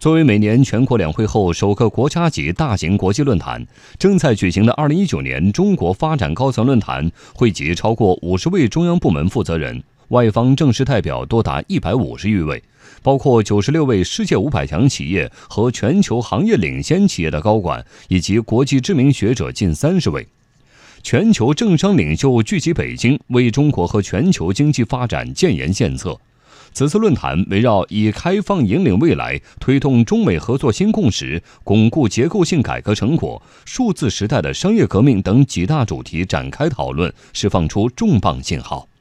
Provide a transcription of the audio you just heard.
作为每年全国两会后首个国家级大型国际论坛，正在举行的2019年中国发展高层论坛汇集超过50位中央部门负责人，外方正式代表多达150余位，包括96位世界500强企业和全球行业领先企业的高管，以及国际知名学者近30位。全球政商领袖聚集北京，为中国和全球经济发展建言献策。此次论坛围绕以开放引领未来、推动中美合作新共识、巩固结构性改革成果、数字时代的商业革命等几大主题展开讨论，释放出重磅信号。